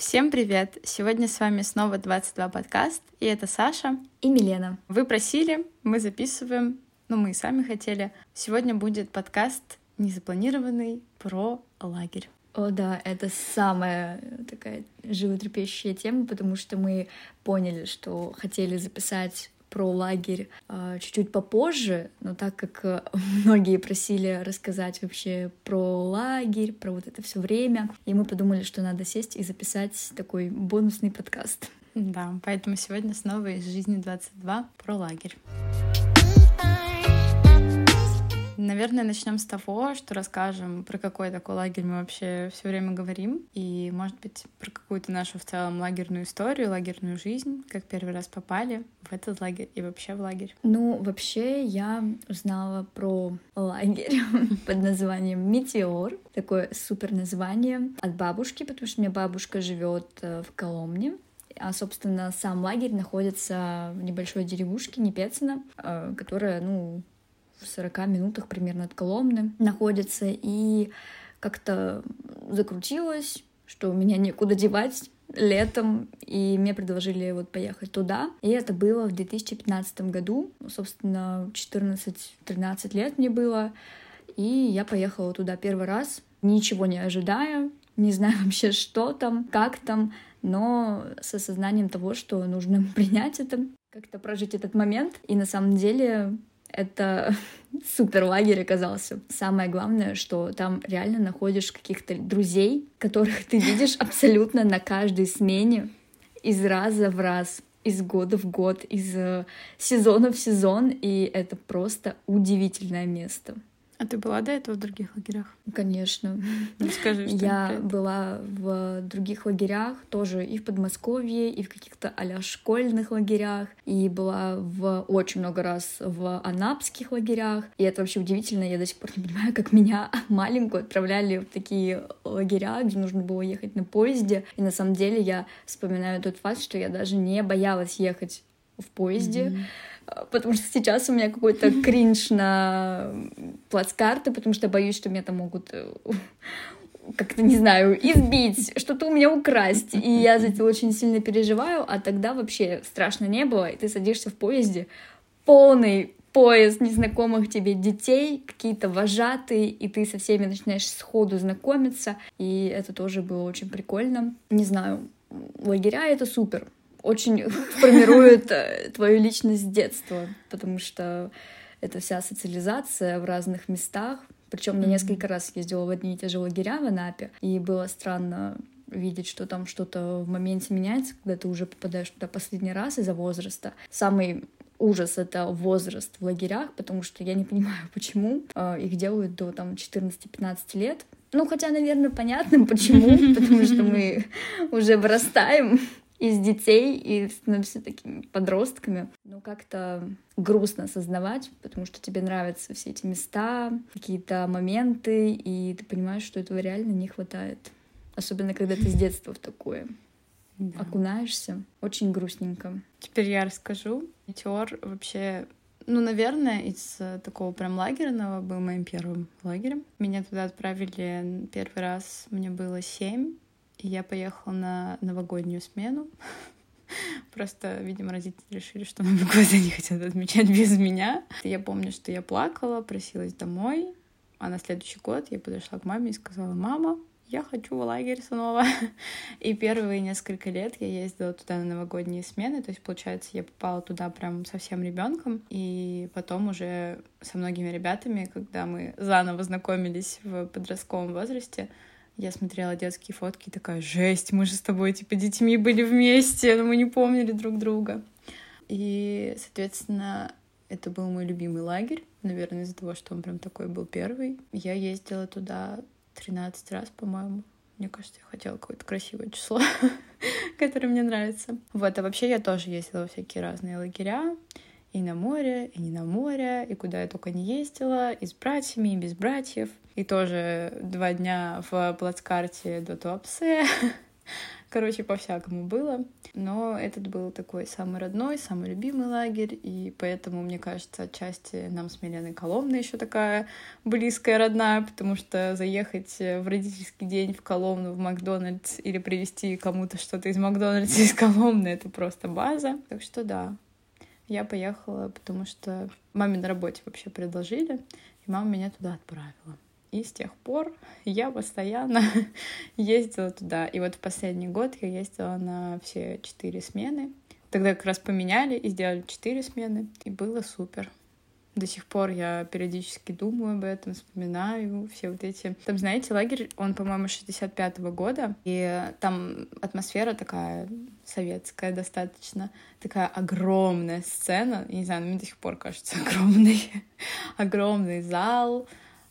Всем привет! Сегодня с вами снова 22 подкаст, и это Саша и Милена. Вы просили, мы записываем, мы и сами хотели. Сегодня будет подкаст незапланированный про лагерь. О да, это самая такая животрепещущая тема, потому что мы поняли, что хотели записать про лагерь чуть-чуть попозже, но так как многие просили рассказать вообще про лагерь, про вот это все время, и мы подумали, что надо сесть и записать такой бонусный подкаст. Да, поэтому сегодня снова из жизни 22 про лагерь. Наверное, начнем с того, что расскажем, про какой такой лагерь мы вообще все время говорим, и, может быть, про какую-то нашу в целом лагерную историю, лагерную жизнь, как первый раз попали в этот лагерь и вообще в лагерь. Вообще я узнала про лагерь под названием «Метеор». Такое супер название от бабушки, потому что у меня бабушка живет в Коломне. А, собственно, сам лагерь находится в небольшой деревушке Непецина, которая, в 40 минутах примерно от Коломны находится, и как-то закрутилось, что меня некуда девать летом, и мне предложили поехать туда, и это было в 2015 году, собственно, 14-13 лет мне было, и я поехала туда первый раз, ничего не ожидая, не знаю вообще, что там, как там, но с осознанием того, что нужно принять это, как-то прожить этот момент, и на самом деле это супер лагерь оказался. Самое главное, что там реально находишь каких-то друзей, которых ты видишь абсолютно на каждой смене, из раза в раз, из года в год, из сезона в сезон, и это просто удивительное место. А ты была до этого в других лагерях? Конечно. Расскажи, что я была в других лагерях, тоже и в Подмосковье, и в каких-то а-ля школьных лагерях, и была очень много раз в анапских лагерях. И это вообще удивительно, я до сих пор не понимаю, как меня маленькую отправляли в такие лагеря, где нужно было ехать на поезде. И на самом деле я вспоминаю тот факт, что я даже не боялась ехать в поезде, потому что сейчас у меня какой-то кринж на плацкарты, потому что я боюсь, что меня там могут как-то, не знаю, избить, что-то у меня украсть, и я за это очень сильно переживаю, а тогда вообще страшно не было, и ты садишься в поезде, полный поезд незнакомых тебе детей, какие-то вожатые, и ты со всеми начинаешь сходу знакомиться, и это тоже было очень прикольно. Не знаю, лагеря — это супер. Очень формирует твою личность с детства, потому что это вся социализация в разных местах. Причем я несколько раз ездила в одни и те же лагеря в Анапе, и было странно видеть, что там что-то в моменте меняется, когда ты уже попадаешь туда последний раз из-за возраста. Самый ужас — это возраст в лагерях, потому что я не понимаю, почему их делают до 14-15 лет. Хотя, наверное, понятно, почему, потому что мы уже вырастаем из детей и становимся такими подростками. Как-то грустно осознавать, потому что тебе нравятся все эти места, какие-то моменты, и ты понимаешь, что этого реально не хватает. Особенно, когда ты с детства в такое окунаешься. Очень грустненько. Теперь я расскажу. Метеор вообще, наверное, из такого прям лагерного был моим первым лагерем. Меня туда отправили первый раз, мне было 7. И я поехала на новогоднюю смену. Просто, видимо, родители решили, что Новый год они хотят отмечать без меня. Я помню, что я плакала, просилась домой. А на следующий год я подошла к маме и сказала: «Мама, я хочу в лагерь снова». И первые несколько лет я ездила туда на новогодние смены. То есть, получается, я попала туда прям совсем ребенком. И потом уже со многими ребятами, когда мы заново знакомились в подростковом возрасте, я смотрела детские фотки и такая: жесть, мы же с тобой детьми были вместе, но мы не помнили друг друга. И, соответственно, это был мой любимый лагерь, наверное, из-за того, что он прям такой был первый. Я ездила туда 13 раз, по-моему. Мне кажется, я хотела какое-то красивое число, которое мне нравится. А вообще я тоже ездила во всякие разные лагеря. И на море, и не на море, и куда я только не ездила, и с братьями, и без братьев. И тоже 2 дня в плацкарте до Туапсе. Короче, по-всякому было. Но этот был такой самый родной, самый любимый лагерь, и поэтому, мне кажется, отчасти нам с Миленой Коломна еще такая близкая, родная, потому что заехать в родительский день в Коломну, в Макдональдс или привезти кому-то что-то из Макдональдса, из Коломны — это просто база. Так что да, я поехала, потому что маме на работе вообще предложили, и мама меня туда отправила. И с тех пор я постоянно ездила туда. И вот в последний год я ездила на все 4 смены. Тогда как раз поменяли и сделали 4 смены. И было супер. До сих пор я периодически думаю об этом, вспоминаю все вот эти... Там, знаете, лагерь, он, по-моему, 65-го года, и там атмосфера такая советская достаточно, такая огромная сцена, я не знаю, мне до сих пор кажется огромной. Огромный зал,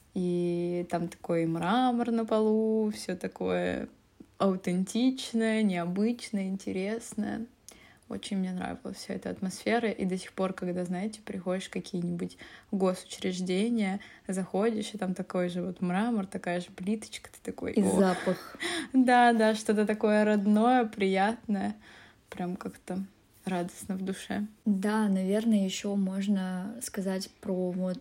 и там такой мрамор на полу, все такое аутентичное, необычное, интересное. Очень мне нравилась вся эта атмосфера, и до сих пор, когда, знаете, приходишь в какие-нибудь госучреждения, заходишь, и там такой же вот мрамор, такая же плиточка, ты такой... И запах. Да, что-то такое родное, приятное, прям как-то радостно в душе. Да, наверное, еще можно сказать про вот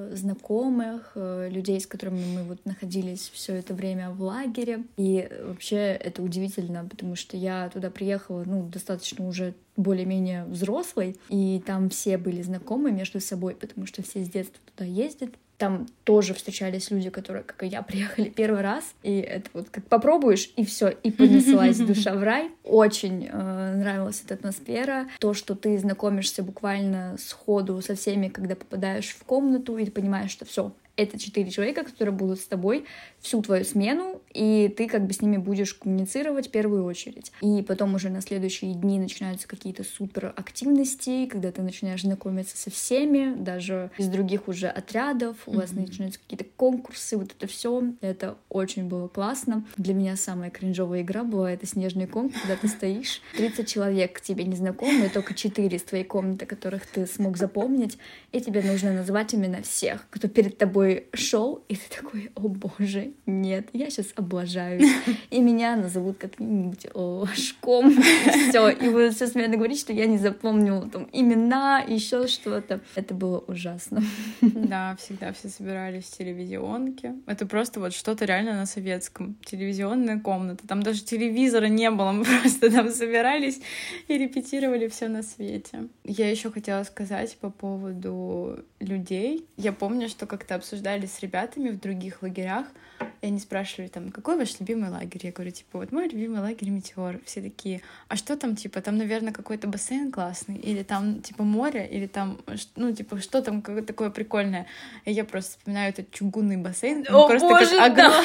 знакомых, людей, с которыми мы вот находились все это время в лагере. И вообще это удивительно, потому что я туда приехала, достаточно уже более-менее взрослой, и там все были знакомы между собой, потому что все с детства туда ездят. Там тоже встречались люди, которые, как и я, приехали первый раз, и это вот как попробуешь, и все, и понеслась душа в рай. Очень нравилась эта атмосфера. То, что ты знакомишься буквально сходу со всеми, когда попадаешь в комнату, и ты понимаешь, что все, это 4 человека, которые будут с тобой всю твою смену, и ты как бы с ними будешь коммуницировать в первую очередь. И потом уже на следующие дни начинаются какие-то супер активности, когда ты начинаешь знакомиться со всеми, даже из других уже отрядов, у вас начинаются какие-то конкурсы, вот это все. Это очень было классно. Для меня самая кринжовая игра была это снежный конкурс, когда ты стоишь, 30 человек к тебе незнакомые, только 4 из твоей комнаты, которых ты смог запомнить, и тебе нужно назвать именно всех, кто перед тобой шоу, и ты такой: о боже, нет, я сейчас облажаюсь, и меня назовут как-нибудь ложком, и все, и будут все смело говорить, что я не запомнила там имена, еще что-то. Это было ужасно. Да, всегда все собирались в телевизионке. Это просто вот что-то реально на советском. Телевизионная комната. Там даже телевизора не было, мы просто там собирались и репетировали все на свете. Я еще хотела сказать по поводу людей. Я помню, что как-то обсуждали с ребятами в других лагерях, и они спрашивали там: какой ваш любимый лагерь? Я говорю, типа, вот мой любимый лагерь Метеор. Все такие: а что там, типа, там, наверное, какой-то бассейн классный, или там, типа, море, или там, типа, что там какое-то такое прикольное. И я просто вспоминаю этот чугунный бассейн. О, просто боже, как да!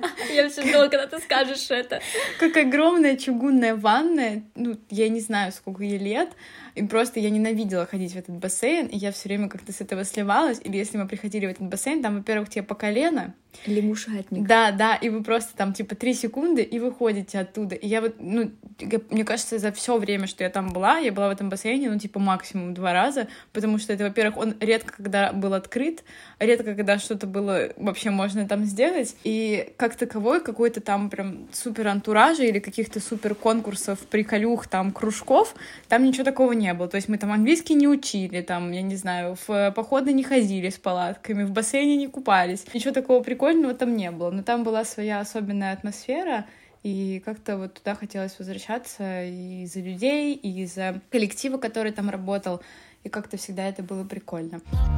Я все ждала, когда ты скажешь это. Как огромная чугунная ванная, я не знаю, сколько ей лет, и просто я ненавидела ходить в этот бассейн, и я все время как-то с этого сливалась. Или если мы приходили в этот бассейн, там, во-первых, тебе по колено. Лягушатник. Да, и вы просто там, типа, 3 секунды, и выходите оттуда. И я вот, мне кажется, за все время, что я там была, я была в этом бассейне, типа, максимум 2 раза, потому что это, во-первых, он редко когда был открыт, редко когда что-то было вообще можно там сделать, и как таковой какой-то там прям супер антуража или каких-то супер конкурсов, приколюх, там, кружков, там ничего такого не было. То есть мы там английский не учили, там, я не знаю, в походы не ходили с палатками, в бассейне не купались. Ничего такого прикольного там не было. Но там была своя особенная атмосфера, и как-то вот туда хотелось возвращаться и из-за людей, и из-за коллектива, который там работал, и как-то всегда это было прикольно.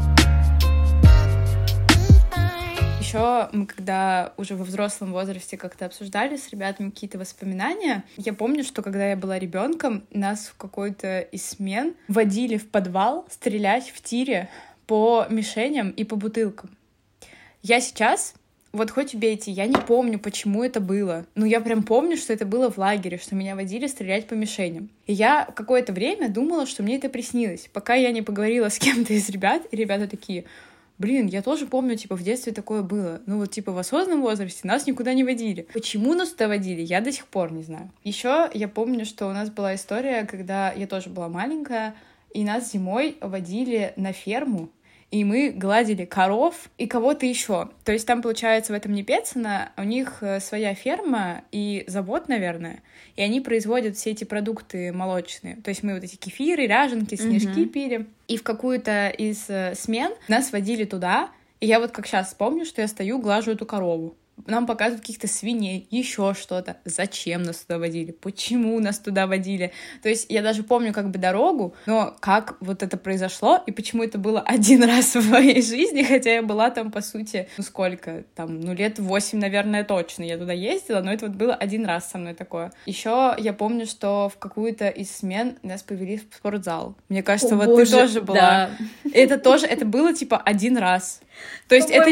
Еще мы, когда уже во взрослом возрасте как-то обсуждали с ребятами какие-то воспоминания, я помню, что когда я была ребенком, нас в какой-то из смен водили в подвал стрелять в тире по мишеням и по бутылкам. Я сейчас, вот хоть убейте, я не помню, почему это было. Но я прям помню, что это было в лагере, что меня водили стрелять по мишеням. И я какое-то время думала, что мне это приснилось, пока я не поговорила с кем-то из ребят, и ребята такие: блин, я тоже помню, типа, в детстве такое было. Типа, в осознанном возрасте нас никуда не водили. Почему нас туда водили, я до сих пор не знаю. Еще я помню, что у нас была история, когда я тоже была маленькая, и нас зимой водили на ферму, и мы гладили коров и кого-то еще. То есть там, получается, в этом Непецино у них своя ферма и завод, наверное, и они производят все эти продукты молочные. То есть мы вот эти кефиры, ряженки, снежки пили. И в какую-то из смен нас водили туда, и я вот как сейчас вспомню, что я стою, глажу эту корову. Нам показывают каких-то свиней, еще что-то. Зачем нас туда водили? Почему нас туда водили? То есть я даже помню как бы дорогу, но как вот это произошло, и почему это было один раз в моей жизни, хотя я была там, по сути, сколько? Там, лет 8, наверное, точно я туда ездила, но это вот было один раз со мной такое. Еще я помню, что в какую-то из смен нас повели в спортзал. Мне кажется, вот боже, ты тоже была. Да. Это было типа один раз. То есть это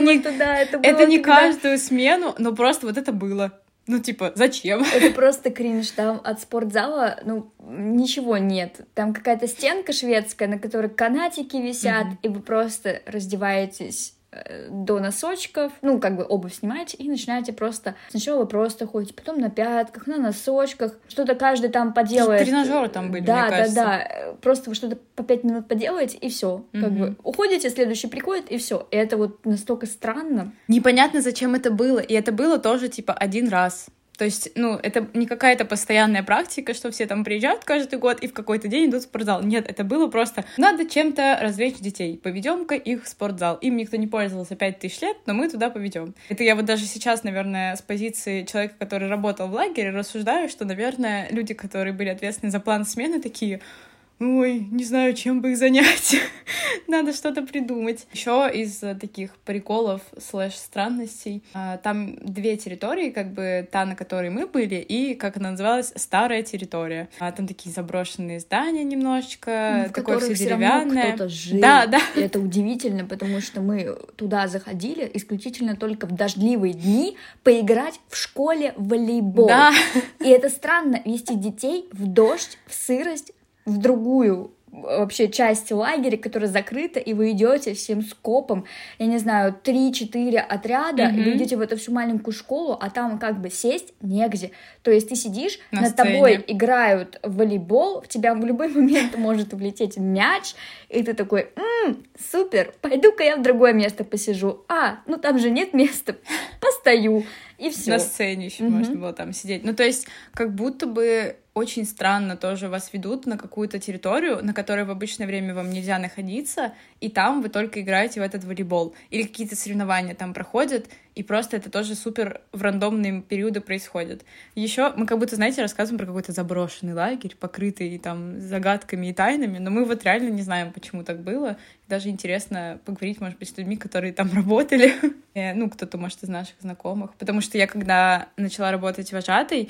не каждую смену, но просто вот это было. Ну, типа, зачем? Это просто кринж. Там от спортзала, ничего нет. Там какая-то стенка шведская, на которой канатики висят, и вы просто раздеваетесь до носочков, обувь снимаете и начинаете просто... Сначала вы просто ходите, потом на пятках, на носочках, что-то каждый там поделает. Тренажеры там были, мне кажется. Да. Просто вы что-то по 5 минут поделаете, и все. Как бы уходите, следующий приходит, и все. И это вот настолько странно. Непонятно, зачем это было. И это было тоже, типа, один раз. То есть, это не какая-то постоянная практика, что все там приезжают каждый год и в какой-то день идут в спортзал. Нет, это было просто надо чем-то развлечь детей. Поведем-ка их в спортзал. Им никто не пользовался 5000 лет, но мы туда поведем. Это я вот даже сейчас, наверное, с позиции человека, который работал в лагере, рассуждаю, что, наверное, люди, которые были ответственны за план смены, такие... Ой, не знаю, чем бы их занять. Надо что-то придумать. Еще из таких приколов /странностей. Там 2 территории, как бы та, на которой мы были, и, как она называлась, старая территория. Там такие заброшенные здания немножечко, такое все деревянное. Кто-то жил. Да. И это удивительно, потому что мы туда заходили исключительно только в дождливые дни поиграть в школе в волейбол. Да. И это странно вести детей в дождь, в сырость, в другую вообще часть лагеря, которая закрыта, и вы идете всем скопом, я не знаю, 3-4 отряда, и вы идете в эту всю маленькую школу, а там как бы сесть негде. То есть ты сидишь, над тобой играют в волейбол, в тебя в любой момент может влететь мяч, и ты такой, супер, пойду-ка я в другое место посижу. Там же нет места, постою, и все. На сцене еще можно было там сидеть. То есть как будто бы очень странно тоже вас ведут на какую-то территорию, на которой в обычное время вам нельзя находиться, и там вы только играете в этот волейбол. Или какие-то соревнования там проходят, и просто это тоже супер в рандомные периоды происходит. Еще мы как будто, знаете, рассказываем про какой-то заброшенный лагерь, покрытый там загадками и тайнами, но мы вот реально не знаем, почему так было. Даже интересно поговорить, может быть, с людьми, которые там работали. Кто-то, может, из наших знакомых. Потому что я, когда начала работать вожатой,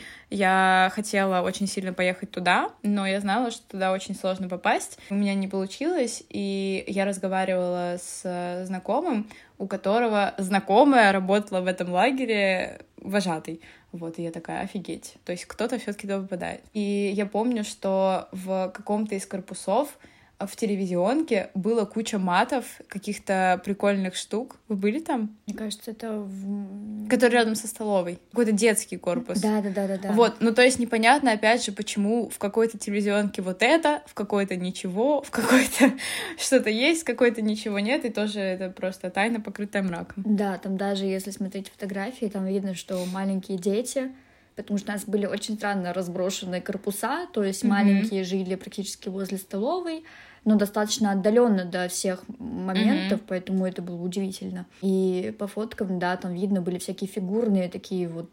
я хотела очень сильно поехать туда, но я знала, что туда очень сложно попасть. У меня не получилось, и я разговаривала с знакомым, у которого знакомая работала в этом лагере вожатой. Вот, и я такая, офигеть. То есть кто-то все-таки туда попадает. И я помню, что в каком-то из корпусов в телевизионке было куча матов, каких-то прикольных штук. Вы были там? Мне кажется, это который рядом со столовой. Какой-то детский корпус. Да. Вот, то есть непонятно, опять же, почему в какой-то телевизионке вот это, в какой-то ничего, в какой-то что-то есть, в какой-то ничего нет, и тоже это просто тайна, покрытая мраком. Да, там даже если смотреть фотографии, там видно, что маленькие дети, потому что у нас были очень странно разброшенные корпуса, то есть маленькие жили практически возле столовой, но достаточно отдаленно до всех моментов, поэтому это было удивительно. И по фоткам, да, там видно были всякие фигурные такие вот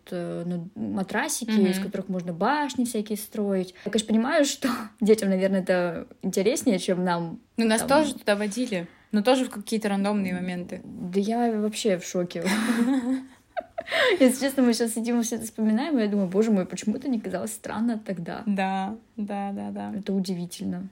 матрасики, из которых можно башни всякие строить. Я, конечно, понимаю, что детям, наверное, это интереснее, чем нам. Нас тоже туда водили, но тоже в какие-то рандомные моменты. Да я вообще в шоке. Если честно, мы сейчас сидим и все это вспоминаем, и я думаю, боже мой, почему это не казалось странно тогда? Да. Это удивительно.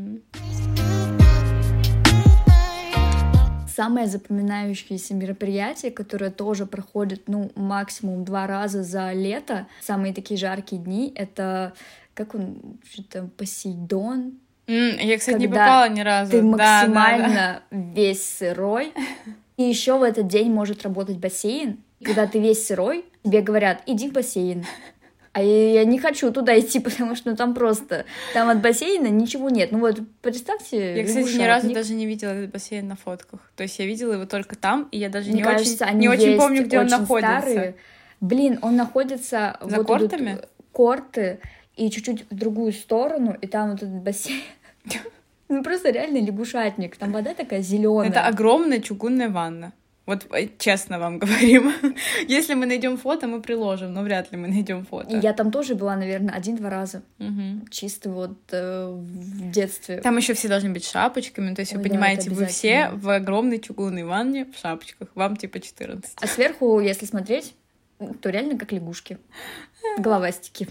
Самое запоминающееся мероприятие, которое тоже проходит, максимум 2 раза за лето, самые такие жаркие дни, это, как он, что-то Посейдон. Я, кстати, не попала ни разу. Ты максимально весь сырой, и еще в этот день может работать бассейн. Когда ты весь сырой, тебе говорят, иди в бассейн. А я не хочу туда идти, потому что там просто... Там от бассейна ничего нет. Ну вот, представьте, я, кстати, ни разу даже не видела этот бассейн на фотках. То есть я видела его только там, и я даже Мне кажется, не очень помню, где он находится. Старые. Блин, он находится... За вот кортами? Корты, и чуть-чуть в другую сторону, и там вот этот бассейн. Ну просто реально лягушатник. Там вода такая зеленая. Это огромная чугунная ванна. Вот честно вам говорим. Если мы найдем фото, мы приложим, но вряд ли мы найдем фото. И я там тоже была, наверное, 1-2 раза. Чисто вот в детстве. Там еще все должны быть шапочками. То есть, вы понимаете, вы все в огромной чугунной ванне в шапочках. Вам типа 14. А сверху, если смотреть, то реально как лягушки. Головастики.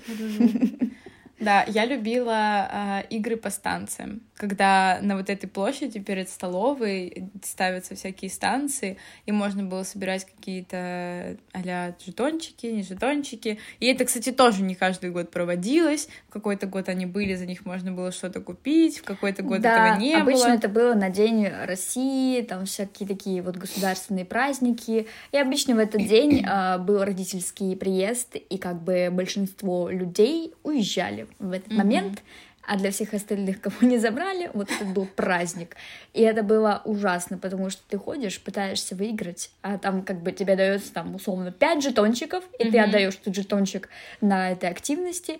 Да, я любила игры по станциям, когда на вот этой площади перед столовой ставятся всякие станции, и можно было собирать какие-то а-ля жетончики, не жетончики. И это, кстати, тоже не каждый год проводилось. В какой-то год они были, за них можно было что-то купить, в какой-то год этого не было. Обычно это было на День России, там всякие такие вот государственные праздники. И обычно в этот день был родительский приезд, и как бы большинство людей уезжали в этот момент, а для всех остальных, кого не забрали, вот этот был праздник. И это было ужасно, потому что ты ходишь, пытаешься выиграть, а там как бы тебе дается там условно 5 жетончиков, и ты отдаешь этот жетончик на этой активности,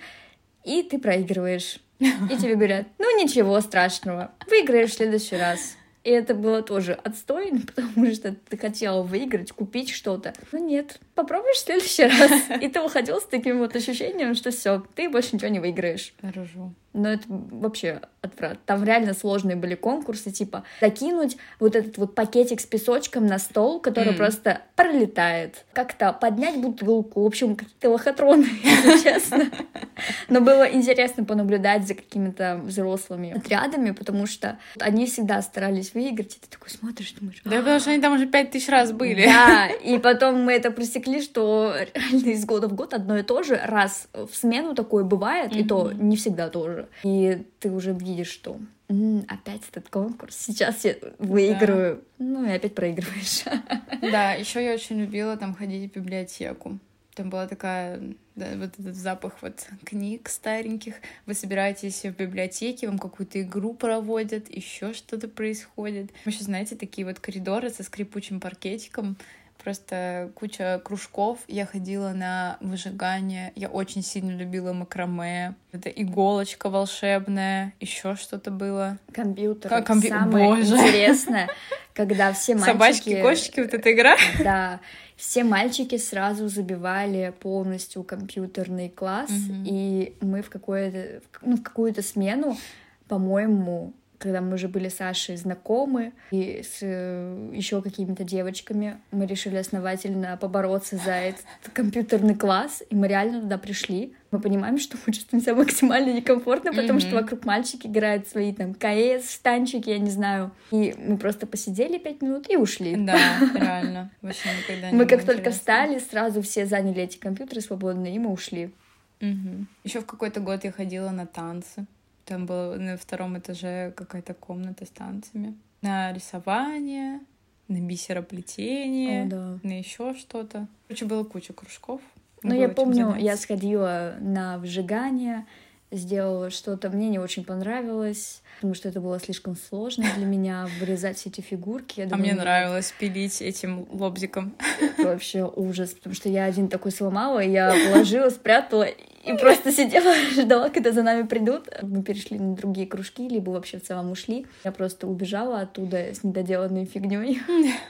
и ты проигрываешь. И тебе говорят, ну ничего страшного, выиграешь в следующий раз. И это было тоже отстойно, потому что ты хотела выиграть, купить что-то. Но нет, попробуешь в следующий раз. И ты выходил с таким вот ощущением, что все, ты больше ничего не выиграешь. Ржу. Но это вообще отврат. Там реально сложные были конкурсы, типа закинуть вот этот вот пакетик с песочком на стол, который просто пролетает. Как-то поднять бутылку. В общем, какие-то лохотроны, если честно. Но было интересно понаблюдать за какими-то взрослыми отрядами, потому что они всегда старались выиграть, и ты такой смотришь, думаешь... Да, потому что они там уже 5000 раз были. Да, и потом мы это просекли, что реально из года в год одно и то же, раз в смену такое бывает, и то не всегда тоже. И ты уже видишь, что опять этот конкурс, сейчас я выиграю, ну и опять проигрываешь. Да, еще я очень любила там ходить в библиотеку. Там была такая, да, вот этот запах вот книг стареньких. Вы собираетесь в библиотеке, вам какую-то игру проводят, еще что-то происходит. Еще, знаете, такие вот коридоры со скрипучим паркетиком, просто куча кружков. Я ходила на выжигание. Я очень сильно любила макраме. Это иголочка волшебная. Еще что-то было. Компьютер. Самое Боже. Интересное, когда все мальчики... Собачки, кошечки, вот эта игра. Да. Все мальчики сразу забивали полностью компьютерный класс, и мы в какую-то смену, по-моему, когда мы уже были с Сашей знакомы, и с еще какими-то девочками, мы решили основательно побороться за этот компьютерный класс, и мы реально туда пришли. Мы понимаем, что мы чувствуем себя максимально некомфортно, потому что вокруг мальчики играют свои там КС, штанчики, я не знаю. И мы просто посидели 5 минут и ушли. Да, реально. Вообще никогда не Мы как только встали, сразу все заняли эти компьютеры свободные, и мы ушли. Еще в какой-то год я ходила на танцы. Там была на 2-м этаже какая-то комната с танцами. На рисование, на бисероплетение, на еще что-то. Короче, было куча кружков. Ну, я помню, я сходила на выжигание, сделала что-то, мне не очень понравилось, потому что это было слишком сложно для меня, вырезать все эти фигурки. Мне нравилось пилить этим лобзиком. Это вообще ужас, потому что я один такой сломала, я положила, спрятала и просто сидела, ждала, когда за нами придут. Мы перешли на другие кружки, либо вообще в целом ушли. Я просто убежала оттуда с недоделанной фигней.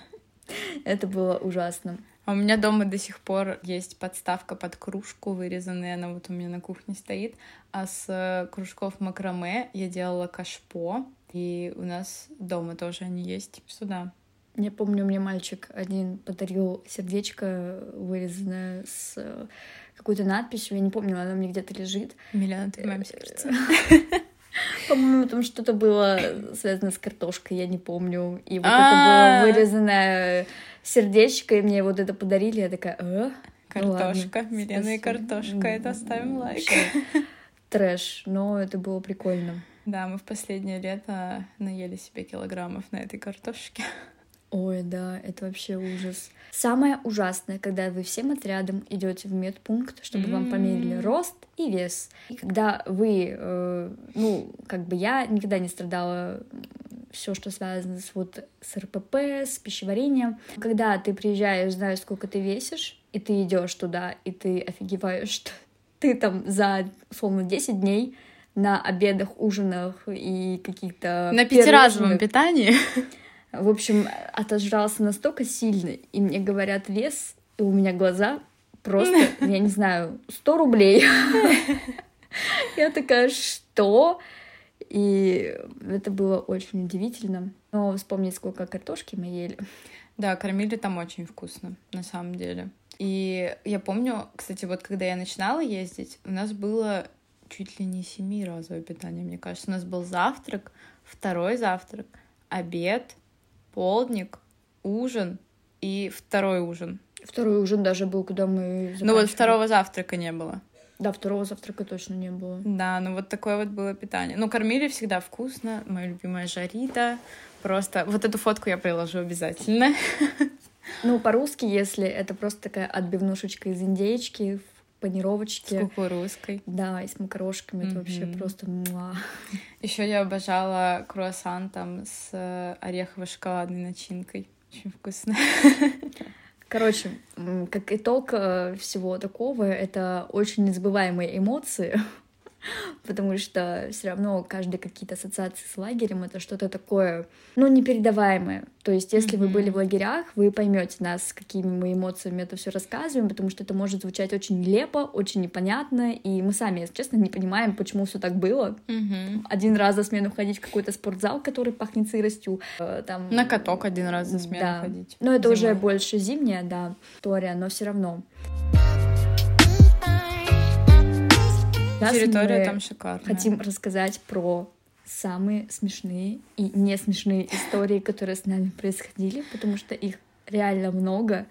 Это было ужасно. А у меня дома до сих пор есть подставка под кружку вырезанная, она вот у меня на кухне стоит. А с кружков макраме я делала кашпо, и у нас дома тоже они есть. Что да. Я помню, мне мальчик один подарил сердечко, вырезанное с какой-то надписью, я не помню, она мне где-то лежит. Миляна, ты в моем сердце. По-моему, там что-то было связано с картошкой, я не помню. И вот это было вырезанное сердечко, и мне вот это подарили, я такая, картошка, Милена и картошка, это ставим лайк. Трэш, но это было прикольно. Да, мы в последнее лето наели себе килограммов на этой картошке. Ой, да, это вообще ужас. Самое ужасное, когда вы всем отрядом идете в медпункт, чтобы вам померили рост и вес. И когда вы, я никогда не страдала все, что связано с РПП, с пищеварением. Когда ты приезжаешь, знаешь, сколько ты весишь, и ты идешь туда, и ты офигеваешь, что ты там за, условно, 10 дней на обедах, ужинах и каких-то... На пятиразовом питании. В общем, отожрался настолько сильно, и мне говорят вес, и у меня глаза просто, я не знаю, 100 рублей. Я такая, что? И это было очень удивительно. Но вспомнить, сколько картошки мы ели. Да, кормили там очень вкусно, на самом деле. И я помню, кстати, вот когда я начинала ездить, у нас было чуть ли не 7-разовое питание, мне кажется. У нас был завтрак, второй завтрак, обед, полдник, ужин и второй ужин. Второй ужин даже был, когда мы заканчивали. Ну вот второго завтрака не было. Да, второго завтрака точно не было. Да, ну вот такое вот было питание. Ну, кормили всегда вкусно. Моя любимая жарита. Просто вот эту фотку я приложу обязательно. Ну, по-русски, если это просто такая отбивнушечка из индейки в панировочке. С кукурузкой. Да, и с макарошками. Это вообще просто муа. Еще я обожала круассан там с орехово-шоколадной начинкой. Очень вкусно. Короче, как итог всего такого, это очень незабываемые эмоции, потому что все равно каждый какие-то ассоциации с лагерем — это что-то такое, непередаваемое. То есть, если вы были в лагерях, вы поймете нас, какими мы эмоциями это все рассказываем, потому что это может звучать очень нелепо, очень непонятно, и мы сами, если честно, не понимаем, почему все так было. Один раз за смену ходить в какой-то спортзал, который пахнет сыростью. Там... На каток один раз за смену ходить. Но это уже больше зимняя, да, история, но все равно. Территория там шикарная. Хотим рассказать про самые смешные и не смешные истории, которые с нами происходили, потому что их реально много.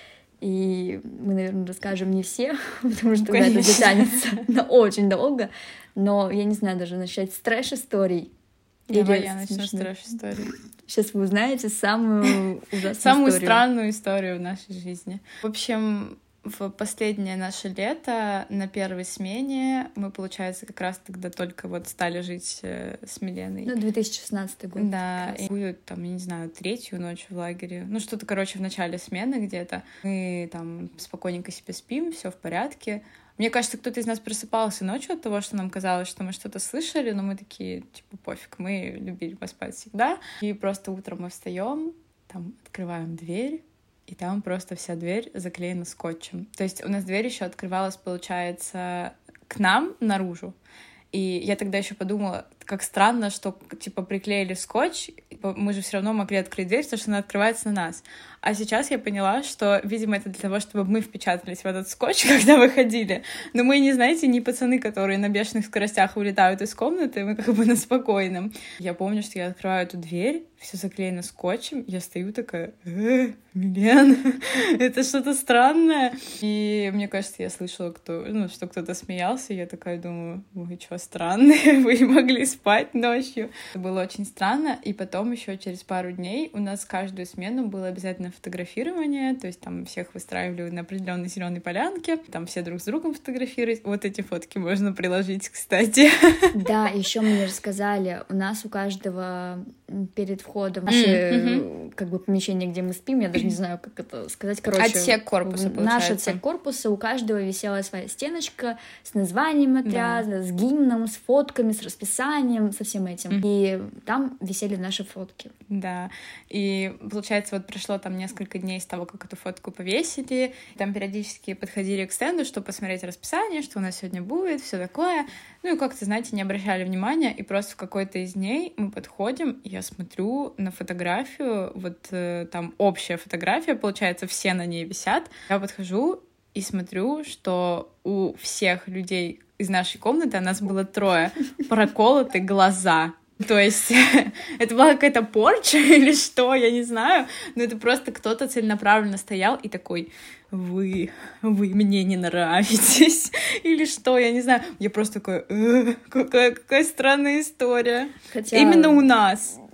И мы, наверное, расскажем не все, потому что это затянется на очень долго. Но я не знаю, даже начать с трэш-историй. Давай я начну с трэш-историй. Сейчас вы узнаете самую ужасную самую историю. Странную историю в нашей жизни. В общем, в последнее наше лето на первой смене мы, получается, как раз тогда только вот стали жить с Миленой. 2016 год. Да, и будет там, я не знаю, 3-ю ночь в лагере. Ну, что-то, короче, в начале смены где-то. Мы там спокойненько себе спим, все в порядке. Мне кажется, кто-то из нас просыпался ночью от того, что нам казалось, что мы что-то слышали, но мы такие, типа, пофиг, мы любили поспать всегда. И просто утром мы встаем, там открываем дверь, и там просто вся дверь заклеена скотчем. То есть у нас дверь еще открывалась, получается, к нам наружу. И я тогда еще подумала, как странно, что, типа, приклеили скотч, мы же все равно могли открыть дверь, потому что она открывается на нас. А сейчас я поняла, что, видимо, это для того, чтобы мы впечатались в этот скотч, когда выходили. Но мы не, знаете, не пацаны, которые на бешеных скоростях вылетают из комнаты, мы как бы на спокойном. Я помню, что я открываю эту дверь, все заклеено скотчем, я стою такая, Милен, это что-то странное. И мне кажется, я слышала, что кто-то смеялся, и я такая думаю, вы что, странные, вы могли спать ночью. Это было очень странно, и потом еще через пару дней у нас каждую смену было обязательно фотографирование, то есть там всех выстраивали на определенной зеленой полянке, там все друг с другом фотографировать. Вот эти фотки можно приложить, кстати. Да, еще мне рассказали, у нас у каждого перед входом в наше как бы помещение, где мы спим, я даже не знаю, как это сказать, короче. Отсек корпуса, получается. Наш отсек корпуса, у каждого висела своя стеночка с названием отряда, с гимном, с фотками, с расписанием, со всем этим. И там висели наши фотки. Да, и получается, вот прошло там несколько дней с того, как эту фотку повесили, там периодически подходили к стенду, чтобы посмотреть расписание, что у нас сегодня будет, все такое. Ну и как-то, знаете, не обращали внимания, и просто в какой-то из дней мы подходим, и я смотрю на фотографию, вот там общая фотография, получается, все на ней висят. Я подхожу и смотрю, что у всех людей из нашей комнаты, а нас было 3, проколоты глаза. То есть это была какая-то порча или что, я не знаю, но это просто кто-то целенаправленно стоял и такой: вы мне не нравитесь, или что, я не знаю. Я просто такой, какая странная история. Хотя... Именно у нас.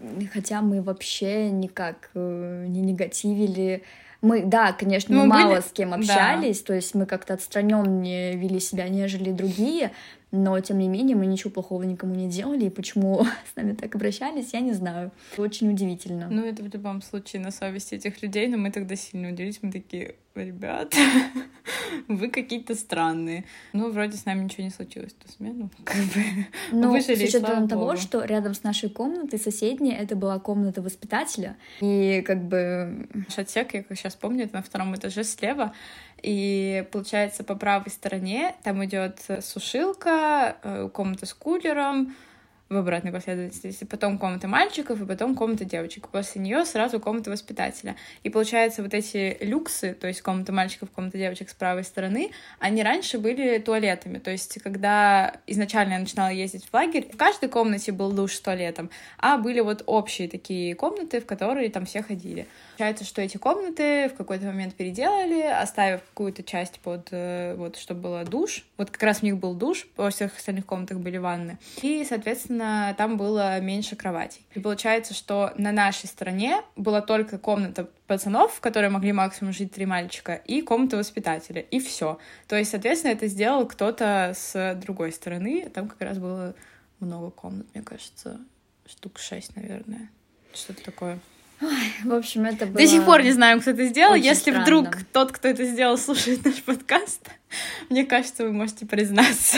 хотя мы вообще никак не негативили. Мы, да, конечно, Ну, мы мало были- с кем да. общались, то есть мы как-то отстранённее вели себя, нежели другие, но, тем не менее, мы ничего плохого никому не делали, и почему с нами так обращались, я не знаю. Очень удивительно. Ну, это в любом случае на совести этих людей, но мы тогда сильно удивились, мы такие: ребят, вы какие-то странные. Ну, вроде с нами ничего не случилось в ту смену. Как бы Но с выжили, и слава учетом того, богу. что рядом с нашей комнатой соседней это была комната воспитателя, и как бы... Наш отсек, я как сейчас помню, это на 2-м этаже слева, и получается по правой стороне там идет сушилка, комната с кулером в обратной последовательности, потом комната мальчиков и потом комната девочек. После нее сразу комната воспитателя. И получается вот эти люксы, то есть комната мальчиков, комната девочек с правой стороны, они раньше были туалетами. То есть когда изначально я начинала ездить в лагерь, в каждой комнате был душ с туалетом, а были вот общие такие комнаты, в которые там все ходили. Получается, что эти комнаты в какой-то момент переделали, оставив какую-то часть под, вот, чтобы был душ. Вот как раз в них был душ, во всех остальных комнатах были ванны. И, соответственно, там было меньше кроватей. И получается, что на нашей стороне была только комната пацанов, в которой могли максимум жить 3 мальчика, и комната воспитателя, и все. То есть, соответственно, это сделал кто-то с другой стороны. Там как раз было много комнат, мне кажется, штук 6, наверное. Что-то такое. В общем, это было... До сих пор не знаем, кто это сделал. очень Если странно. вдруг тот, кто это сделал, слушает наш подкаст, мне кажется, вы можете признаться.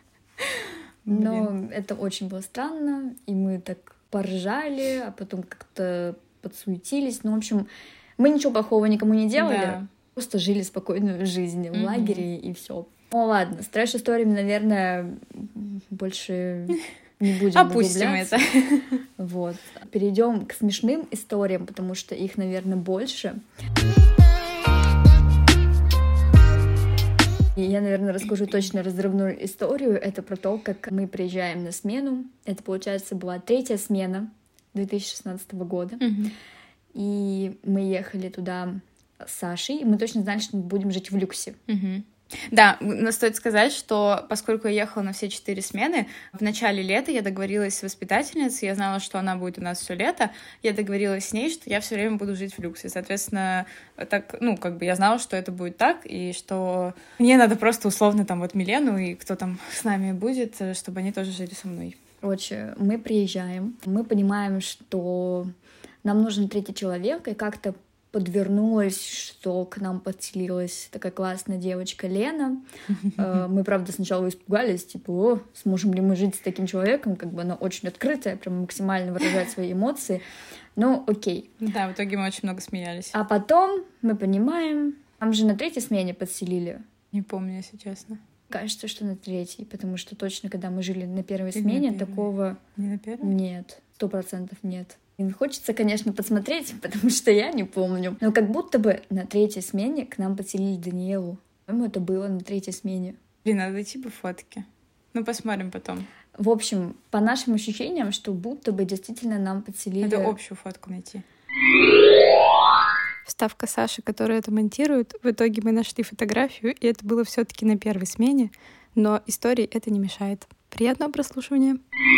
Блин. Но это очень было странно, и мы так поржали, а потом как-то подсуетились. Ну, в общем, мы ничего плохого никому не делали, Да. просто жили спокойную жизнь в Мгм. лагере, и все. Ну ладно, с трэш-историями, наверное, больше не будем Опустим углубляться. это. Вот. Перейдем к смешным историям, потому что их, наверное, больше. И я, наверное, расскажу точно разрывную историю. Это про то, как мы приезжаем на смену. Это, получается, была 3-я смена 2016 года. Мгм. И мы ехали туда с Сашей, и мы точно знали, что мы будем жить в люксе. Мгм. Да, но стоит сказать, что поскольку я ехала на все 4 смены, в начале лета я договорилась с воспитательницей, я знала, что она будет у нас все лето, я договорилась с ней, что я все время буду жить в люксе. Соответственно, так, ну, как бы я знала, что это будет так, и что мне надо просто условно там вот Милену и кто там с нами будет, чтобы они тоже жили со мной. Короче, мы приезжаем, мы понимаем, что нам нужен 3-й человек, и как-то подвернулось, что к нам подселилась такая классная девочка Лена. Мы, правда, сначала испугались, типа, о, сможем ли мы жить с таким человеком? Как бы она очень открытая, прям максимально выражает свои эмоции. Ну, окей. Да, в итоге мы очень много смеялись. А потом мы понимаем, нам же на 3-й смене подселили. Не помню, если честно. Кажется, что на 3-й, потому что точно, когда мы жили на 1-й Или на смене, 1-й. такого Не на первом? нет, 100% нет. И хочется, конечно, посмотреть, потому что я не помню. Но как будто бы на 3-й смене к нам подселили Даниэлу. По-моему, это было на 3-й смене. Блин, надо идти по фотке. Ну, посмотрим потом. В общем, по нашим ощущениям, что будто бы действительно нам подселили... Надо общую фотку найти. Вставка Саши, которая это монтирует. В итоге мы нашли фотографию, и это было все-таки на 1-й смене, но истории это не мешает. Приятного прослушивания.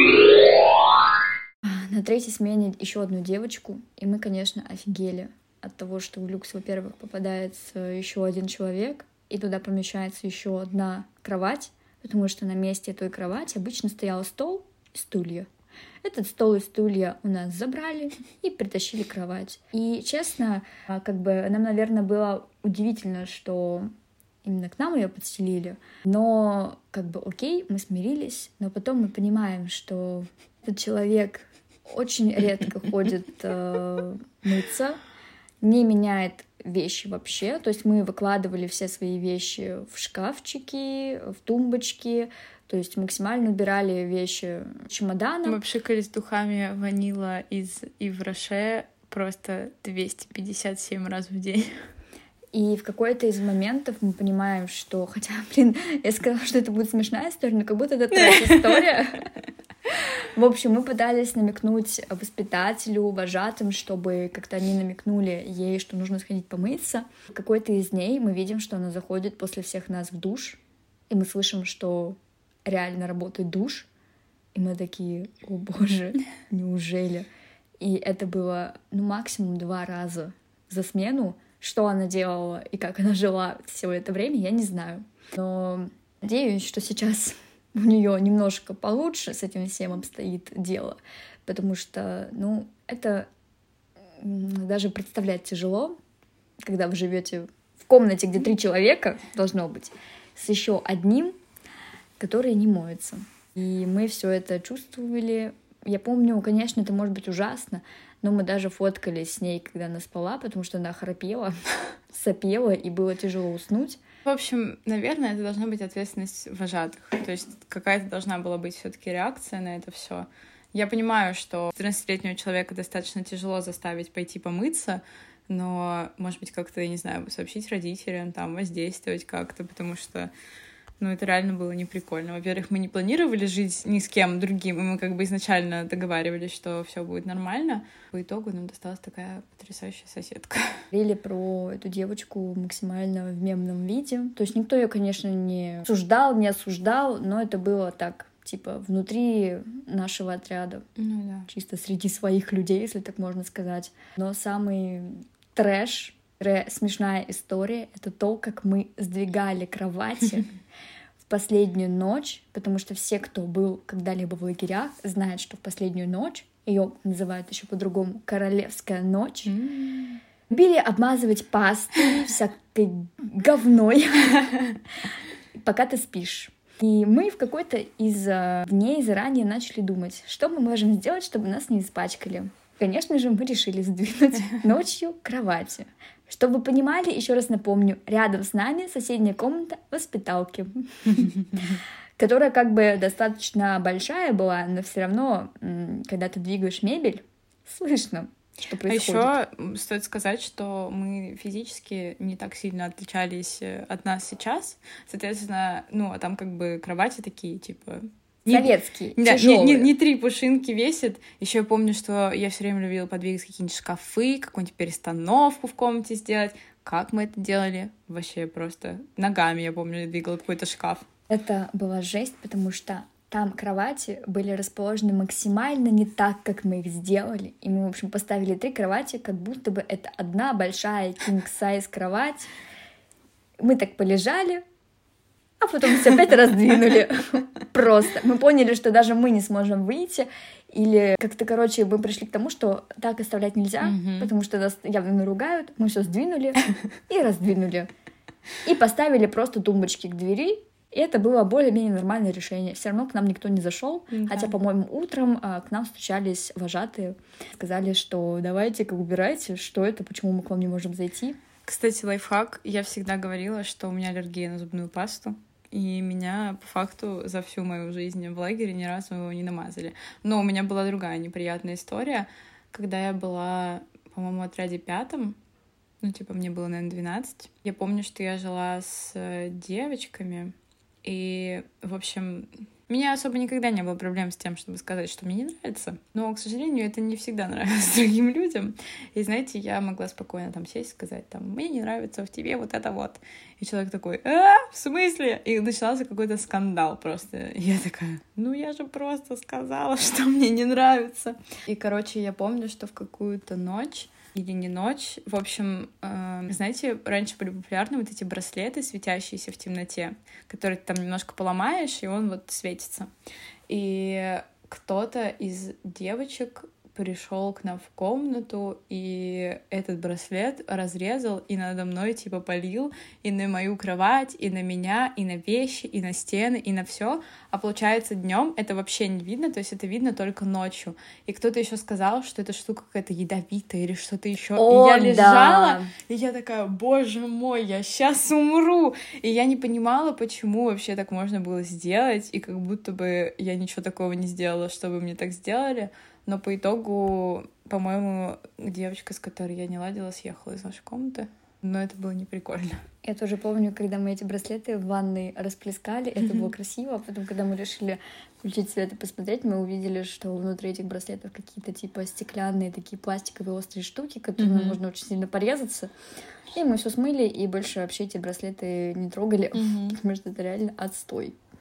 На 3-й смене еще одну девочку, и мы, конечно, офигели от того, что в люкс, во-первых, попадается еще один человек, и туда помещается еще одна кровать, потому что на месте той кровати обычно стоял стол и стулья. Этот стол и стулья у нас забрали и притащили кровать. И, честно, как бы нам, наверное, было удивительно, что именно к нам ее подселили. Но, как бы, окей, мы смирились, но потом мы понимаем, что этот человек очень редко ходит мыться, не меняет вещи вообще. То есть мы выкладывали все свои вещи в шкафчики, в тумбочки, то есть максимально убирали вещи чемоданом. Мы пшикались духами ванила из Ив Роше просто 257 раз в день. И в какой-то из моментов мы понимаем, что... Хотя, блин, я сказала, что это будет смешная история, но как будто это трэш-история. В общем, мы пытались намекнуть воспитателю, вожатым, чтобы как-то они намекнули ей, что нужно сходить помыться. В какой-то из дней мы видим, что она заходит после всех нас в душ, и мы слышим, что реально работает душ, и мы такие: о боже, неужели? и это было, максимум 2 раза за смену. Что она делала и как она жила все это время, я не знаю. Но надеюсь, что сейчас у нее немножко получше с этим всем обстоит дело, потому что, это даже представлять тяжело, когда вы живете в комнате, где 3 человека должно быть, с еще одним, который не моется. И мы все это чувствовали. Я помню, конечно, это может быть ужасно, но мы даже фоткались с ней, когда она спала, потому что она храпела, сопела, и было тяжело уснуть. В общем, наверное, это должна быть ответственность вожатых. То есть какая-то должна была быть все-таки реакция на это все. Я понимаю, что 14-летнего человека достаточно тяжело заставить пойти помыться, но, может быть, как-то, я не знаю, сообщить родителям, воздействовать как-то, потому что, это реально было неприкольно. Во-первых, мы не планировали жить ни с кем другим, и мы как бы изначально договаривались, что все будет нормально. По итогу нам досталась такая потрясающая соседка. Говорили про эту девочку максимально в мемном виде. То есть никто ее, конечно, не осуждал, но это было так, внутри нашего отряда. Да. Чисто среди своих людей, если так можно сказать. Но самый трэш, смешная история — это то, как мы сдвигали кровати в последнюю ночь, потому что все, кто был когда-либо в лагерях, знают, что в последнюю ночь, ее называют еще по-другому «королевская ночь», любили обмазывать пастой, всякой говной, пока ты спишь. И мы в какой-то из дней заранее начали думать, что мы можем сделать, чтобы нас не испачкали. Конечно же, мы решили сдвинуть ночью кровати. Чтобы вы понимали, еще раз напомню, рядом с нами соседняя комната воспиталки, которая как бы достаточно большая была, но все равно, когда ты двигаешь мебель, слышно, что происходит. А еще стоит сказать, что мы физически не так сильно отличались от нас сейчас. Соответственно, а там как бы кровати такие, советские, да, тяжелые. Не 3 пушинки весит. Еще я помню, что я все время любила подвигать какие-нибудь шкафы, какую-нибудь перестановку в комнате сделать. Как мы это делали? Вообще просто ногами, я помню, двигала какой-то шкаф. Это была жесть, потому что там кровати были расположены максимально не так, как мы их сделали. И мы, в общем, поставили 3 кровати, как будто бы это одна большая king-size кровать. Мы так полежали, а потом все опять раздвинули. Просто. Мы поняли, что даже мы не сможем выйти. Или как-то, мы пришли к тому, что так оставлять нельзя, потому что нас явно наругают. Мы все сдвинули и раздвинули. И поставили просто тумбочки к двери. И это было более-менее нормальное решение. Все равно к нам никто не зашел. Хотя, по-моему, утром к нам стучались вожатые. Сказали, что давайте-ка убирайте, что это, почему мы к вам не можем зайти. Кстати, лайфхак. Я всегда говорила, что у меня аллергия на зубную пасту. И меня, по факту, за всю мою жизнь в лагере ни разу его не намазали. Но у меня была другая неприятная история. Когда я была, по-моему, в отряде 5, мне было, наверное, 12. Я помню, что я жила с девочками. И, в общем, у меня особо никогда не было проблем с тем, чтобы сказать, что мне не нравится. Но, к сожалению, это не всегда нравилось другим людям. И, знаете, я могла спокойно сесть и сказать, мне не нравится в тебе вот это вот. И человек такой, в смысле? И начался какой-то скандал просто. И я такая, я же просто сказала, что мне не нравится. И, я помню, что в какую-то ночь или не ночь. В общем, знаете, раньше были популярны вот эти браслеты, светящиеся в темноте, которые ты там немножко поломаешь, и он светится. И кто-то из девочек пришел к нам в комнату, и этот браслет разрезал и надо мной полил и на мою кровать, и на меня, и на вещи, и на стены, и на все. А получается, днем это вообще не видно, то есть это видно только ночью. И кто-то еще сказал, что эта штука какая-то ядовитая или что-то еще. И я лежала, и я такая, боже мой, я сейчас умру. И я не понимала, почему вообще так можно было сделать, и как будто бы я ничего такого не сделала, чтобы мне так сделали. Но по итогу, по-моему, девочка, с которой я не ладила, съехала из нашей комнаты. Но это было не прикольно. Я тоже помню, когда мы эти браслеты в ванной расплескали, это было красиво. Потом, когда мы решили включить свет и посмотреть, мы увидели, что внутри этих браслетов какие-то стеклянные такие пластиковые острые штуки, которыми можно очень сильно порезаться. И мы все смыли, и больше вообще эти браслеты не трогали, потому что это реально отстой.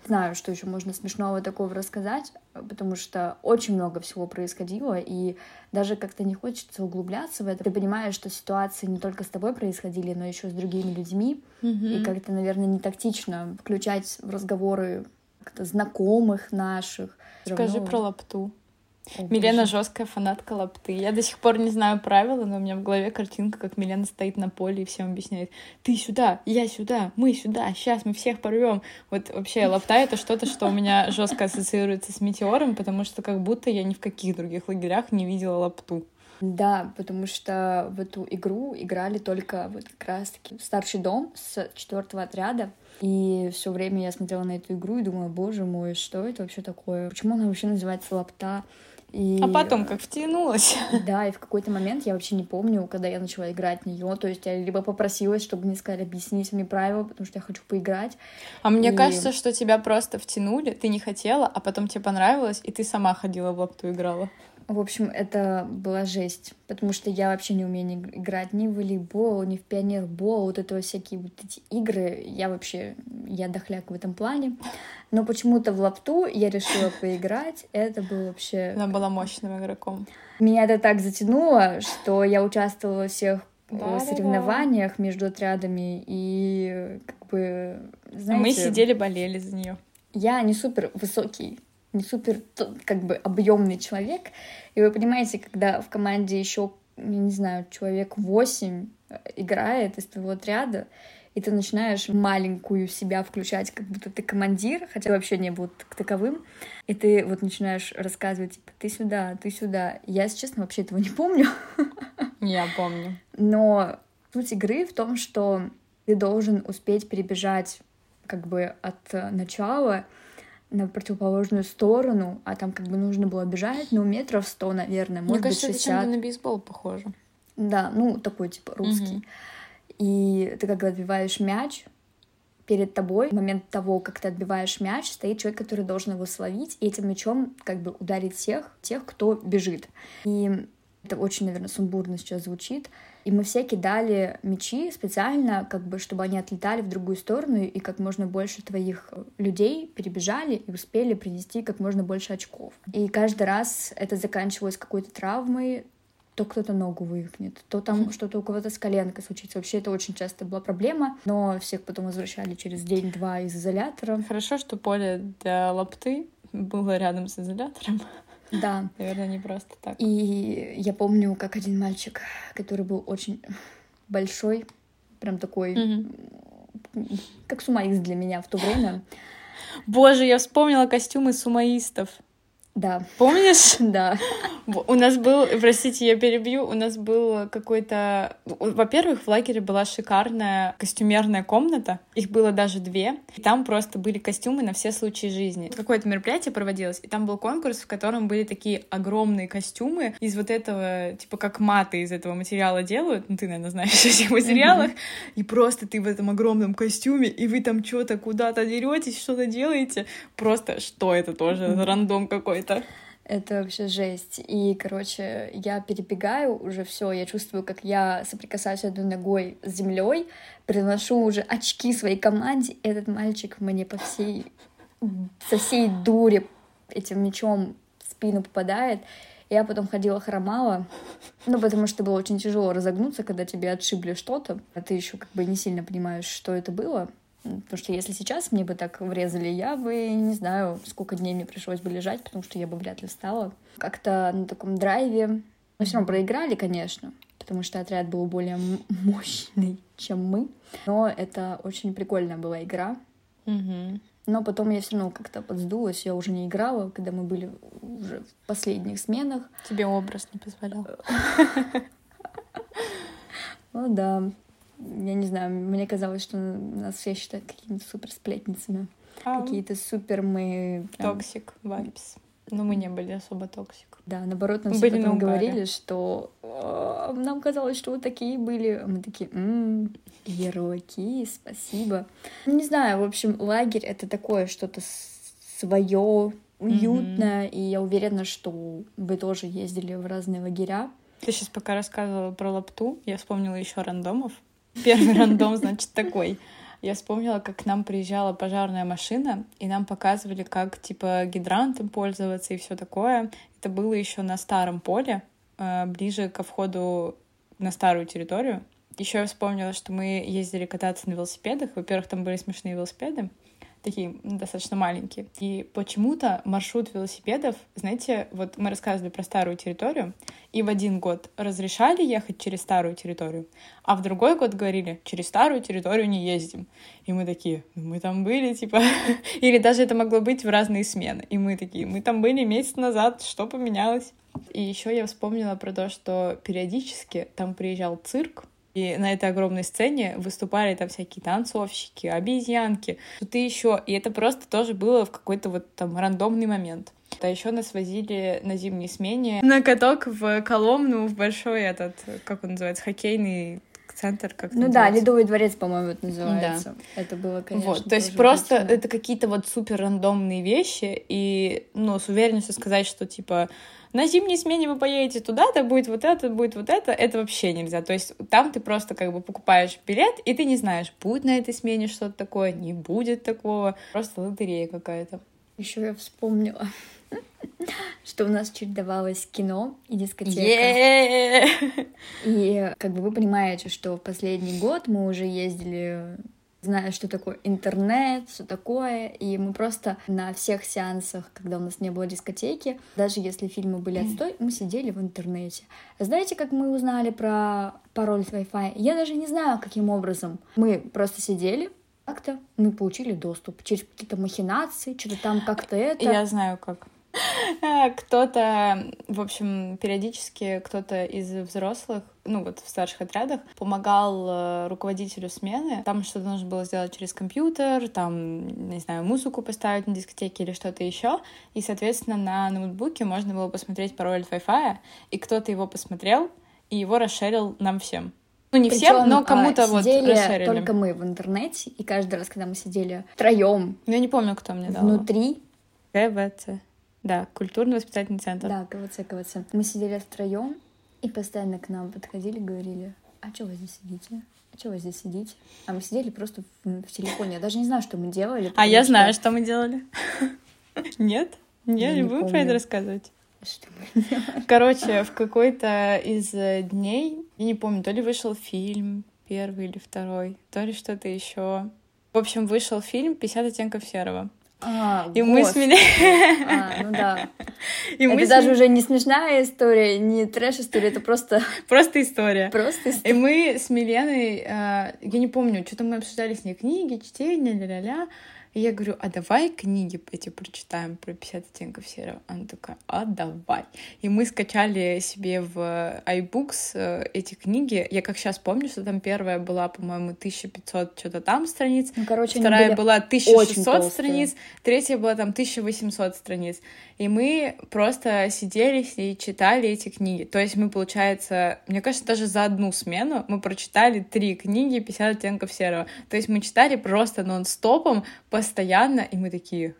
Знаю, что еще можно смешного такого рассказать, потому что очень много всего происходило, и даже как-то не хочется углубляться в это. Ты понимаешь, что ситуации не только с тобой происходили, но еще с другими людьми, и как-то, наверное, не тактично включать в разговоры как-то знакомых наших. Скажи Равно... про лапту. О, Милена боже. жесткая фанатка лапты. Я до сих пор не знаю правила, но у меня в голове картинка, как Милена стоит на поле и всем объясняет: ты сюда, я сюда, мы сюда, сейчас мы всех порвем. Вот вообще лапта — это что-то, что у меня жестко ассоциируется с Метеором, потому что как будто я ни в каких других лагерях не видела лапту. Да, потому что в эту игру играли только вот как раз-таки старший дом с 4-го отряда. И все время я смотрела на эту игру и думала: боже мой, что это вообще такое? Почему она вообще называется лапта? И... А потом как втянулась. Да, и в какой-то момент я вообще не помню, когда я начала играть в нее. То есть я либо попросилась, чтобы мне сказали: объясните мне правила, потому что я хочу поиграть. А мне кажется, что тебя просто втянули, ты не хотела, а потом тебе понравилось, и ты сама ходила в лапту играла. В общем, это была жесть, потому что я вообще не умею играть ни в волейбол, ни в пионербол, вот это вот всякие вот эти игры, я дохляк в этом плане. Но почему-то в лапту я решила поиграть, это было вообще... Она была мощным игроком. Меня это так затянуло, что я участвовала во всех соревнованиях между отрядами, и как бы, знаете... Мы сидели, болели за нее. Я не супер высокий, не супер как бы объемный человек. И вы понимаете, когда в команде еще, я не знаю, человек 8 играет из твоего отряда, и ты начинаешь маленькую себя включать, как будто ты командир, хотя вообще не был таковым, и ты вот начинаешь рассказывать, типа: ты сюда, ты сюда. Я, если честно, вообще этого не помню. Я помню. Но суть игры в том, что ты должен успеть перебежать как бы от начала на противоположную сторону, а там как бы нужно было бежать, метров 100, наверное, Мне может кажется, быть, это 60. чем-то на бейсбол похоже. Да, такой типа русский. И ты когда отбиваешь мяч, перед тобой, в момент того, как ты отбиваешь мяч, стоит человек, который должен его словить, и этим мячом как бы ударить тех, кто бежит. И это очень, наверное, сумбурно сейчас звучит. И мы все кидали мячи специально, как бы, чтобы они отлетали в другую сторону, и как можно больше твоих людей перебежали и успели принести как можно больше очков. И каждый раз это заканчивалось какой-то травмой, то кто-то ногу вывихнет, то там что-то у кого-то с коленкой случится. Вообще это очень часто была проблема, но всех потом возвращали через день-два из изолятора. Хорошо, что поле для лапты было рядом с изолятором. Да. Наверное, не просто так. И я помню, как один мальчик, который был очень большой, прям такой, как сумаист для меня в то время. Боже, я вспомнила костюмы сумаистов. Да. Помнишь? Да. У нас был, простите, я перебью, у нас был какой-то... Во-первых, в лагере была шикарная костюмерная комната, их было даже 2, и там просто были костюмы на все случаи жизни. Какое-то мероприятие проводилось, и там был конкурс, в котором были такие огромные костюмы из вот этого, типа как маты из этого материала делают, ты, наверное, знаешь о этих материалах, и просто ты в этом огромном костюме, и вы там что-то куда-то деретесь, что-то делаете, просто что это тоже, рандом какой-то. Это вообще жесть. И, короче, я перебегаю уже все, я чувствую, как я соприкасаюсь одной ногой с землей, приношу уже очки своей команде. Этот мальчик мне со всей дури этим мячом в спину попадает. Я потом ходила, хромала, потому что было очень тяжело разогнуться, когда тебе отшибли что-то, а ты еще как бы не сильно понимаешь, что это было. Потому что если сейчас мне бы так врезали, я бы не знаю, сколько дней мне пришлось бы лежать, потому что я бы вряд ли встала. Как-то на таком драйве. Мы все равно проиграли, конечно, потому что отряд был более мощный, чем мы. Но это очень прикольная была игра. Но потом я все равно как-то подсдулась, я уже не играла, когда мы были уже в последних сменах. Тебе образ не позволял. Ну да. Я не знаю, мне казалось, что нас все считают какими-то супер сплетницами. Какие-то супер мы... Токсик вайбс. Но мы не были особо токсик. Да, наоборот, нам все потом говорили, что нам казалось, что вы такие были. А мы такие: ярлыки, спасибо. Не знаю, в общем, лагерь — это такое что-то свое, уютное, и я уверена, что вы тоже ездили в разные лагеря. Ты сейчас пока рассказывала про лапту, я вспомнила еще рандомов. Первый рандом, значит, такой. Я вспомнила, как к нам приезжала пожарная машина, и нам показывали, как, типа, гидрантом пользоваться и все такое. Это было еще на старом поле, ближе ко входу на старую территорию. Еще я вспомнила, что мы ездили кататься на велосипедах. Во-первых, там были смешные велосипеды, такие достаточно маленькие. И почему-то маршрут велосипедов, знаете, вот мы рассказывали про старую территорию, и в один год разрешали ехать через старую территорию, а в другой год говорили, через старую территорию не ездим. И мы такие, ну мы там были, типа... Или даже это могло быть в разные смены. И мы такие, мы там были месяц назад, что поменялось? И еще я вспомнила про то, что периодически там приезжал цирк, и на этой огромной сцене выступали там всякие танцовщики, обезьянки, что-то еще. И это просто тоже было в какой-то вот там рандомный момент. А еще нас возили на зимней смене на каток в Коломну, в большой этот, как он называется, хоккейный центр, как это называется? Да, Ледовый дворец, по-моему, это называется. Да. Это было, конечно, вот, то есть просто весело. Это какие-то вот супер рандомные вещи, и, ну, с уверенностью сказать, что, типа, на зимней смене вы поедете туда-то, будет вот это вообще нельзя. То есть там ты просто как бы покупаешь билет, и ты не знаешь, будет на этой смене что-то такое, не будет такого. Просто лотерея какая-то. Еще я вспомнила, что у нас чередовалось кино и дискотека. И как бы вы понимаете, что в последний год мы уже ездили, зная, что такое интернет, все такое, и мы просто на всех сеансах, когда у нас не было дискотеки, даже если фильмы были отстой, мы сидели в интернете. Знаете, как мы узнали про пароль от Wi-Fi? Я даже не знаю, каким образом. Мы просто сидели, как-то мы получили доступ через какие-то махинации, что-то там как-то это. Я знаю, как. Кто-то, в общем, периодически кто-то из взрослых, ну вот в старших отрядах, помогал руководителю смены. Там что-то нужно было сделать через компьютер, там, не знаю, музыку поставить на дискотеке или что-то еще. И, соответственно, на ноутбуке можно было посмотреть пароль от Wi-Fi, и кто-то его посмотрел, и его расширил нам всем. Ну, не причем, всем, но кому-то вот расширили. Только мы в интернете, и каждый раз, когда мы сидели втроем, я не помню, кто мне дал. Внутри. КВЦ. Да, культурно-воспитательный центр. Да, КВЦ. Мы сидели втроем, и постоянно к нам подходили, говорили, а что вы здесь сидите? А что вы здесь сидите? А мы сидели просто в телефоне. Я даже не знаю, что мы делали. А я знаю, что мы делали. Нет? Я не буду про это рассказывать. Что мы делали? Короче, в какой-то из дней, я не помню, то ли вышел фильм первый или второй, то ли что-то еще. В общем, вышел фильм «50 оттенков серого». И мы смеялись. Ну да. Это даже уже не смешная история, не трэш-история, это просто... Просто история. Просто история. И мы с Миленой, я не помню, что-то мы обсуждали с ней книги, чтение, ля-ля-ля. И я говорю, а давай книги эти прочитаем про 50 оттенков серого. Она такая, а давай. И мы скачали себе в iBooks эти книги. Я как сейчас помню, что там первая была, по-моему, 1500 что-то там страниц. Ну, короче, вторая была 1600 страниц. Третья была там 1800 страниц. И мы просто сидели с ней, читали эти книги. То есть мы, получается, мне кажется, даже за одну смену мы прочитали 3 книги 50 оттенков серого. То есть мы читали просто нон-стопом, постоянно, и мы такие...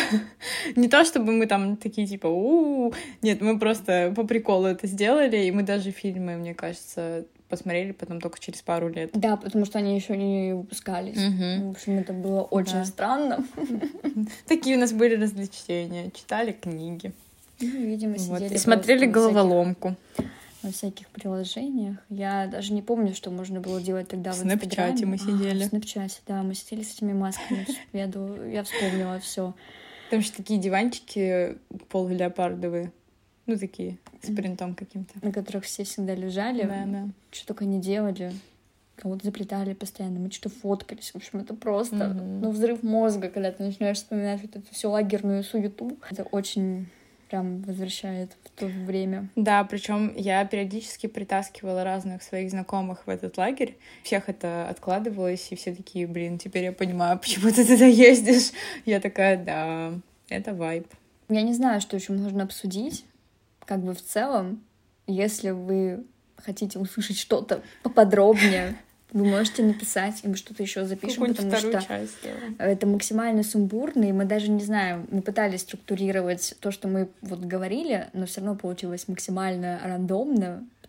Не то, чтобы мы там такие, типа, Нет, мы просто по приколу это сделали, и мы даже фильмы, мне кажется, посмотрели потом только через пару лет. Да, потому что они еще не выпускались. В общем, это было очень странно. Такие у нас были развлечения. Читали книги. Ну, видимо, сидели и смотрели головоломку. Во всяких приложениях. Я даже не помню, что можно было делать тогда в Инстаграме. В Снэпчате мы сидели. В Снэпчате, да. Мы сидели с этими масками. Я вспомнила все. Там же такие диванчики полулеопардовые. Ну, такие, с принтом каким-то. На которых все всегда лежали. Да. Что только не делали. Кого-то заплетали постоянно. Мы что-то фоткались. В общем, это просто взрыв мозга, когда ты начинаешь вспоминать вот эту всю лагерную суету. Это очень... прям возвращает в то время. Да, причем я периодически притаскивала разных своих знакомых в этот лагерь. Всех это откладывалось, и все такие, блин, теперь я понимаю, почему ты туда ездишь. Я такая, да, это вайб. Я не знаю, что еще можно обсудить. Как бы в целом, если вы хотите услышать что-то поподробнее, вы можете написать, и мы что-то еще запишем, потому что часть, это максимально сумбурно, и мы даже не знаем, мы пытались структурировать то, что мы вот говорили, но все равно получилось максимально рандомно,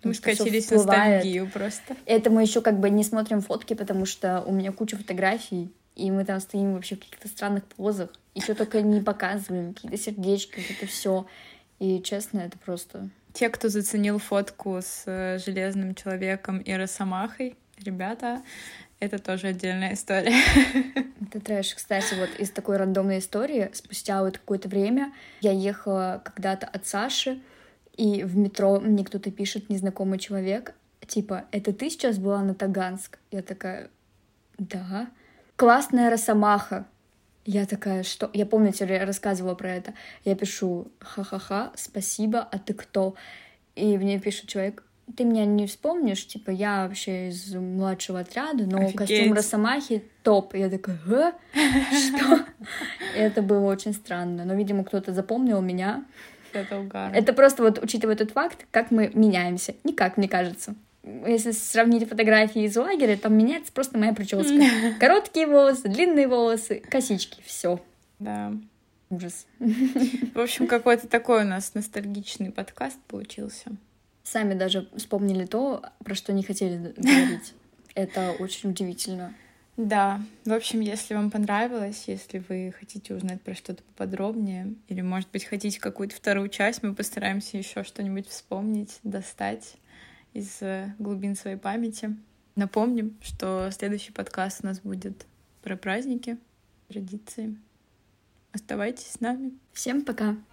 Мы что всё скатились в всплывает. ностальгию просто. Это мы еще как бы не смотрим фотки, потому что у меня куча фотографий, и мы там стоим вообще в каких-то странных позах, еще только не показываем, какие-то сердечки, вот это все. И честно, это просто... Те, кто заценил фотку с Железным Человеком и Росомахой, ребята, это тоже отдельная история. Это трэш. Кстати, вот из такой рандомной истории, спустя вот какое-то время я ехала когда-то от Саши, и в метро мне кто-то пишет, незнакомый человек, типа, это ты сейчас была на Таганск? Я такая, да. Классная Росомаха. Я такая, что? Я помню, я рассказывала про это. Я пишу, ха-ха-ха, спасибо, а ты кто? И мне пишет человек, ты меня не вспомнишь? Типа, я вообще из младшего отряда, но Офигеть. костюм Росомахи топ. Я такая, что? Это было очень странно. Но, видимо, кто-то запомнил меня. Это угар. Это просто вот, учитывая тот факт, как мы меняемся. Никак, мне кажется. Если сравнить фотографии из лагеря, там меняется просто моя прическа. Короткие волосы, длинные волосы, косички, все. Да. Ужас. В общем, какой-то такой у нас ностальгичный подкаст получился. Сами даже вспомнили то, про что не хотели говорить. Это очень удивительно. Да, в общем, если вам понравилось, если вы хотите узнать про что-то поподробнее, или, может быть, хотите какую-то вторую часть, мы постараемся еще что-нибудь вспомнить, достать из глубин своей памяти. Напомним, что следующий подкаст у нас будет про праздники, традиции. Оставайтесь с нами. Всем пока!